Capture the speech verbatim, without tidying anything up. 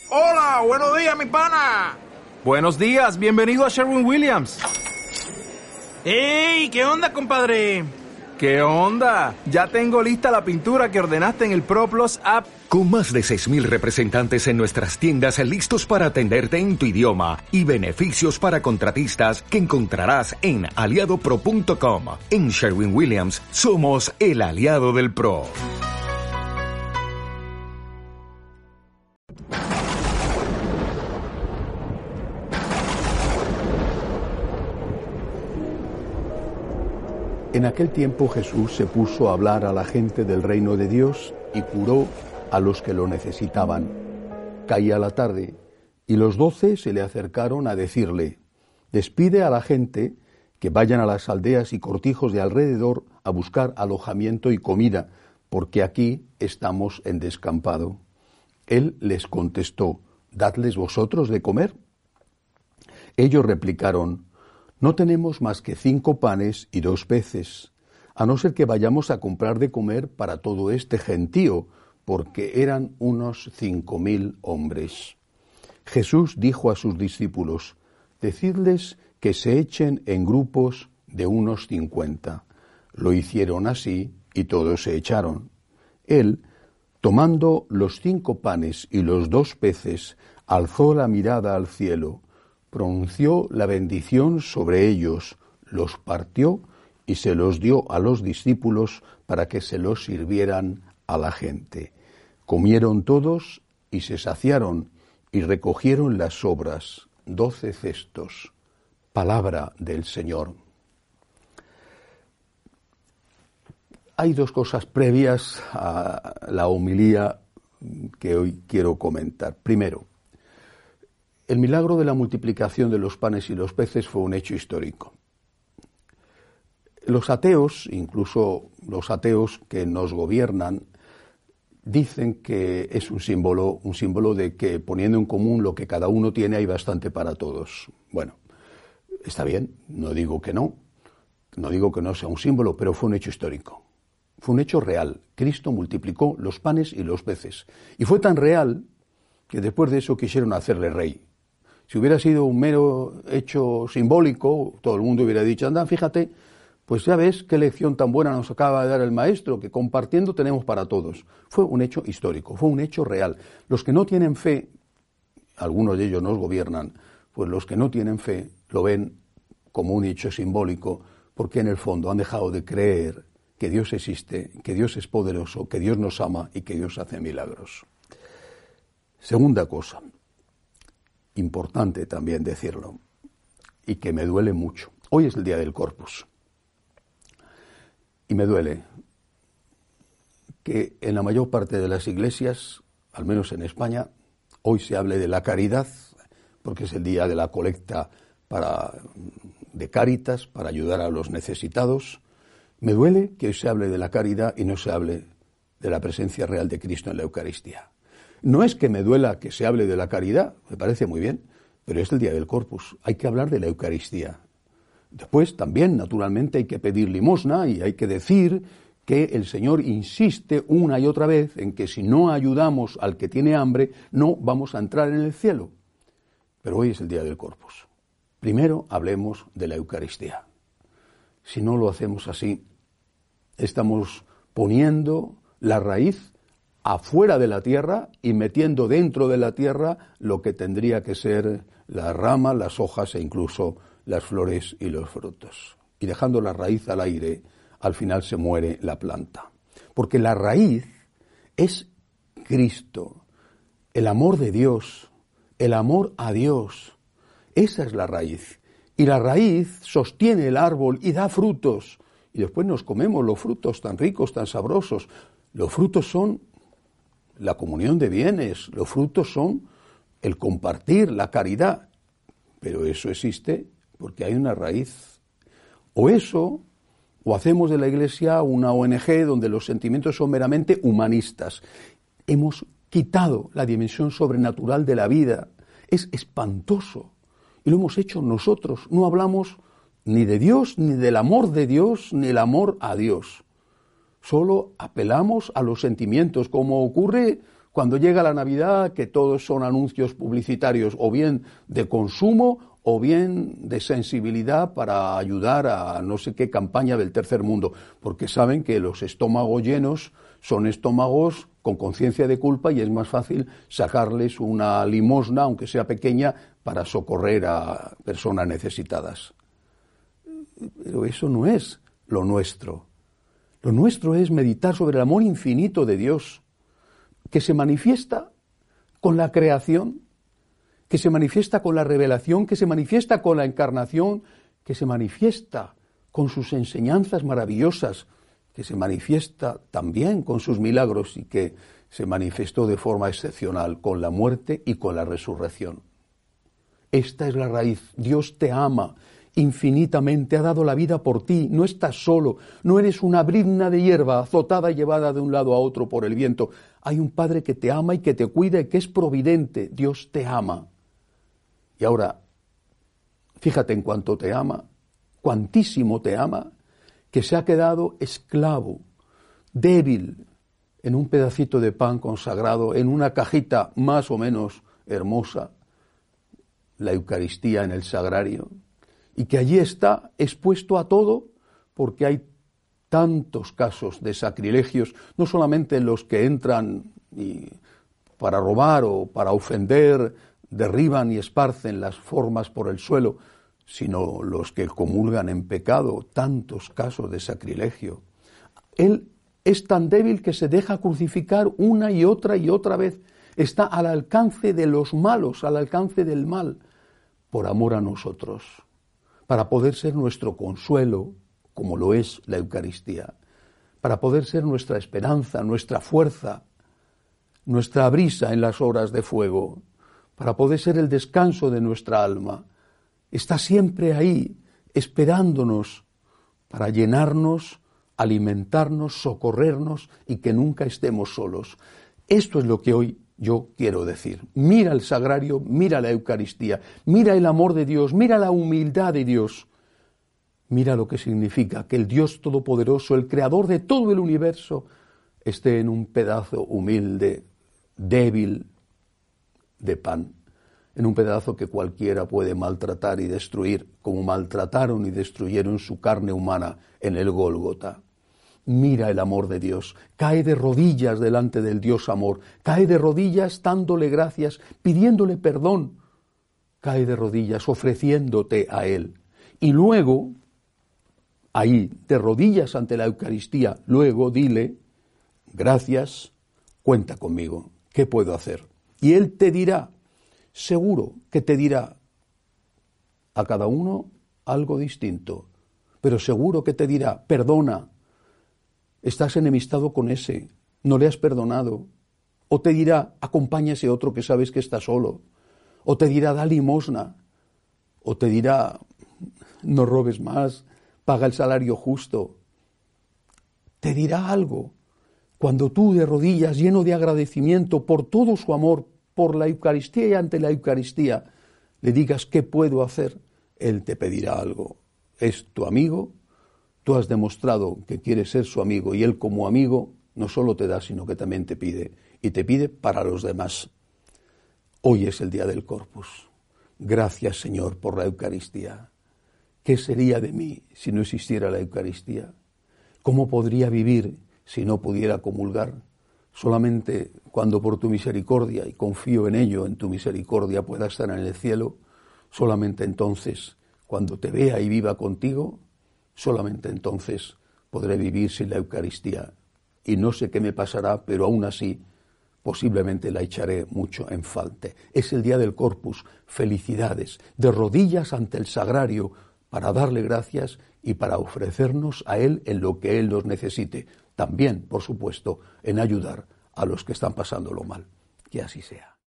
Hola, buenos días, mi pana. Buenos días, bienvenido a Sherwin-Williams. ¡Ey! ¿Qué onda, compadre? ¿Qué onda? Ya tengo lista la pintura que ordenaste en el ProPlus app. Con más de seis mil representantes en nuestras tiendas listos para atenderte en tu idioma y beneficios para contratistas que encontrarás en aliado pro punto com. En Sherwin-Williams somos el aliado del pro. En aquel tiempo Jesús se puso a hablar a la gente del reino de Dios y curó a los que lo necesitaban. Caía la tarde y los doce se le acercaron a decirle: despide a la gente que vayan a las aldeas y cortijos de alrededor a buscar alojamiento y comida, porque aquí estamos en descampado. Él les contestó: dadles vosotros de comer. Ellos replicaron: no tenemos más que cinco panes y dos peces, a no ser que vayamos a comprar de comer para todo este gentío, porque eran unos cinco mil hombres. Jesús dijo a sus discípulos: decidles que se echen en grupos de unos cincuenta. Lo hicieron así y todos se echaron. Él, tomando los cinco panes y los dos peces, alzó la mirada al cielo, pronunció la bendición sobre ellos, los partió y se los dio a los discípulos para que se los sirvieran a la gente. Comieron todos y se saciaron y recogieron las sobras, doce cestos. Palabra del Señor. Hay dos cosas previas a la homilía que hoy quiero comentar. Primero, el milagro de la multiplicación de los panes y los peces fue un hecho histórico. Los ateos, incluso los ateos que nos gobiernan, dicen que es un símbolo, un símbolo de que poniendo en común lo que cada uno tiene hay bastante para todos. Bueno, está bien, no digo que no, no digo que no sea un símbolo, pero fue un hecho histórico. Fue un hecho real. Cristo multiplicó los panes y los peces. Y fue tan real que después de eso quisieron hacerle rey. Si hubiera sido un mero hecho simbólico, todo el mundo hubiera dicho: anda, fíjate, pues ya ves qué lección tan buena nos acaba de dar el maestro, que compartiendo tenemos para todos. Fue un hecho histórico, fue un hecho real. Los que no tienen fe, algunos de ellos nos gobiernan, pues los que no tienen fe lo ven como un hecho simbólico, porque en el fondo han dejado de creer que Dios existe, que Dios es poderoso, que Dios nos ama y que Dios hace milagros. Segunda cosa, importante también decirlo, y que me duele mucho. Hoy es el día del Corpus. Y me duele que en la mayor parte de las iglesias, al menos en España, hoy se hable de la caridad, porque es el día de la colecta para, de Cáritas, para ayudar a los necesitados. Me duele que hoy se hable de la caridad y no se hable de la presencia real de Cristo en la Eucaristía. No es que me duela que se hable de la caridad, me parece muy bien, pero es el día del Corpus, hay que hablar de la Eucaristía. Después también, naturalmente, hay que pedir limosna y hay que decir que el Señor insiste una y otra vez en que si no ayudamos al que tiene hambre, no vamos a entrar en el cielo. Pero hoy es el día del Corpus. Primero hablemos de la Eucaristía. Si no lo hacemos así, estamos poniendo la raíz afuera de la tierra y metiendo dentro de la tierra lo que tendría que ser las ramas, las hojas e incluso las flores y los frutos. Y dejando la raíz al aire, al final se muere la planta. Porque la raíz es Cristo, el amor de Dios, el amor a Dios. Esa es la raíz. Y la raíz sostiene el árbol y da frutos. Y después nos comemos los frutos tan ricos, tan sabrosos. Los frutos son la comunión de bienes, los frutos son el compartir, la caridad. Pero eso existe porque hay una raíz. O eso, o hacemos de la Iglesia una O N G donde los sentimientos son meramente humanistas. Hemos quitado la dimensión sobrenatural de la vida. Es espantoso. Y lo hemos hecho nosotros. No hablamos ni de Dios, ni del amor de Dios, ni el amor a Dios. Solo apelamos a los sentimientos, como ocurre Cuando llega la Navidad, que todos son anuncios publicitarios, o bien de consumo, o bien de sensibilidad para ayudar a no sé qué campaña del tercer mundo, porque saben que los estómagos llenos son estómagos con conciencia de culpa y es más fácil sacarles una limosna, aunque sea pequeña, para socorrer a personas necesitadas. Pero eso no es lo nuestro. Lo nuestro es meditar sobre el amor infinito de Dios, que se manifiesta con la creación, que se manifiesta con la revelación, que se manifiesta con la encarnación, que se manifiesta con sus enseñanzas maravillosas, que se manifiesta también con sus milagros y que se manifestó de forma excepcional con la muerte y con la resurrección. Esta es la raíz. Dios te ama infinitamente, ha dado la vida por ti, no estás solo, no eres una brizna de hierba azotada y llevada de un lado a otro por el viento. Hay un Padre que te ama y que te cuida y que es providente. Dios te ama. Y ahora, fíjate en cuánto te ama, cuantísimo te ama, que se ha quedado esclavo, débil, en un pedacito de pan consagrado, en una cajita más o menos hermosa, la Eucaristía en el sagrario, y que allí está expuesto a todo, porque hay tantos casos de sacrilegios, no solamente los que entran y para robar o para ofender, derriban y esparcen las formas por el suelo, sino los que comulgan en pecado, tantos casos de sacrilegio. Él es tan débil que se deja crucificar una y otra y otra vez. Está al alcance de los malos, al alcance del mal, por amor a nosotros, para poder ser nuestro consuelo, como lo es la Eucaristía, para poder ser nuestra esperanza, nuestra fuerza, nuestra brisa en las horas de fuego, para poder ser el descanso de nuestra alma. Está siempre ahí, esperándonos para llenarnos, alimentarnos, socorrernos y que nunca estemos solos. Esto es lo que hoy yo quiero decir. Mira el sagrario, mira la Eucaristía, mira el amor de Dios, mira la humildad de Dios. Mira lo que significa que el Dios Todopoderoso, el Creador de todo el universo, esté en un pedazo humilde, débil de pan, en un pedazo que cualquiera puede maltratar y destruir, como maltrataron y destruyeron su carne humana en el Gólgota. Mira el amor de Dios, cae de rodillas delante del Dios amor, cae de rodillas dándole gracias, pidiéndole perdón, cae de rodillas ofreciéndote a Él. Y luego, ahí, de rodillas ante la Eucaristía, luego dile, gracias, cuenta conmigo, ¿qué puedo hacer? Y Él te dirá, seguro que te dirá a cada uno algo distinto, pero seguro que te dirá, perdona, estás enemistado con ese, no le has perdonado, o te dirá, acompaña a ese otro que sabes que está solo, o te dirá, da limosna, o te dirá, no robes más, paga el salario justo, te dirá algo. Cuando tú de rodillas, lleno de agradecimiento por todo su amor, por la Eucaristía y ante la Eucaristía, le digas ¿qué puedo hacer? Él te pedirá algo. Es tu amigo, tú has demostrado que quieres ser su amigo y Él como amigo no solo te da, sino que también te pide, y te pide para los demás. Hoy es el día del Corpus. Gracias, Señor, por la Eucaristía. ¿Qué sería de mí si no existiera la Eucaristía? ¿Cómo podría vivir si no pudiera comulgar? Solamente cuando por tu misericordia, y confío en ello, en tu misericordia, pueda estar en el cielo, solamente entonces, cuando te vea y viva contigo, solamente entonces podré vivir sin la Eucaristía. Y no sé qué me pasará, pero aún así, posiblemente la echaré mucho en falta. Es el día del Corpus, felicidades, de rodillas ante el sagrario, para darle gracias y para ofrecernos a Él en lo que Él nos necesite. También, por supuesto, en ayudar a los que están pasándolo mal. Que así sea.